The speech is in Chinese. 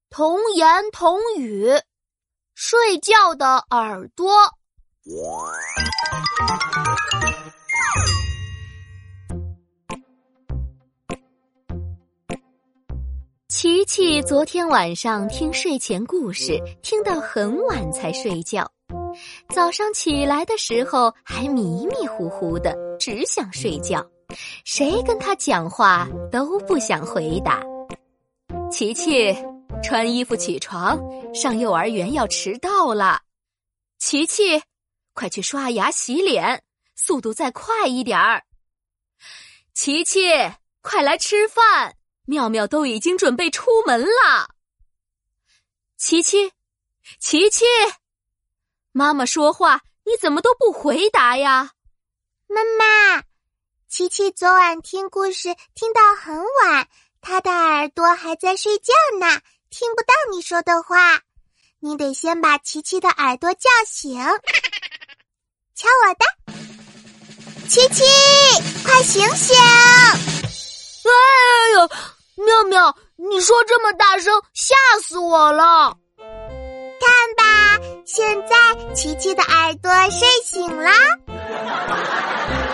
童言童语，睡觉的耳朵。琪琪昨天晚上听睡前故事，听到很晚才睡觉。早上起来的时候还迷迷糊糊的，只想睡觉。谁跟他讲话都不想回答。琪琪，穿衣服起床，上幼儿园要迟到了。琪琪，快去刷牙洗脸，速度再快一点儿。琪琪，快来吃饭，妙妙都已经准备出门了。琪琪，琪琪，妈妈说话你怎么都不回答呀？ 妈妈，琪琪昨晚听故事听到很晚，她的耳朵还在睡觉呢，听不到你说的话。你得先把琪琪的耳朵叫醒。瞧我的，琪琪，快醒醒！ 哎呦，妙妙，你说这么大声，吓死我了！ 看吧，现在琪琪的耳朵睡醒了。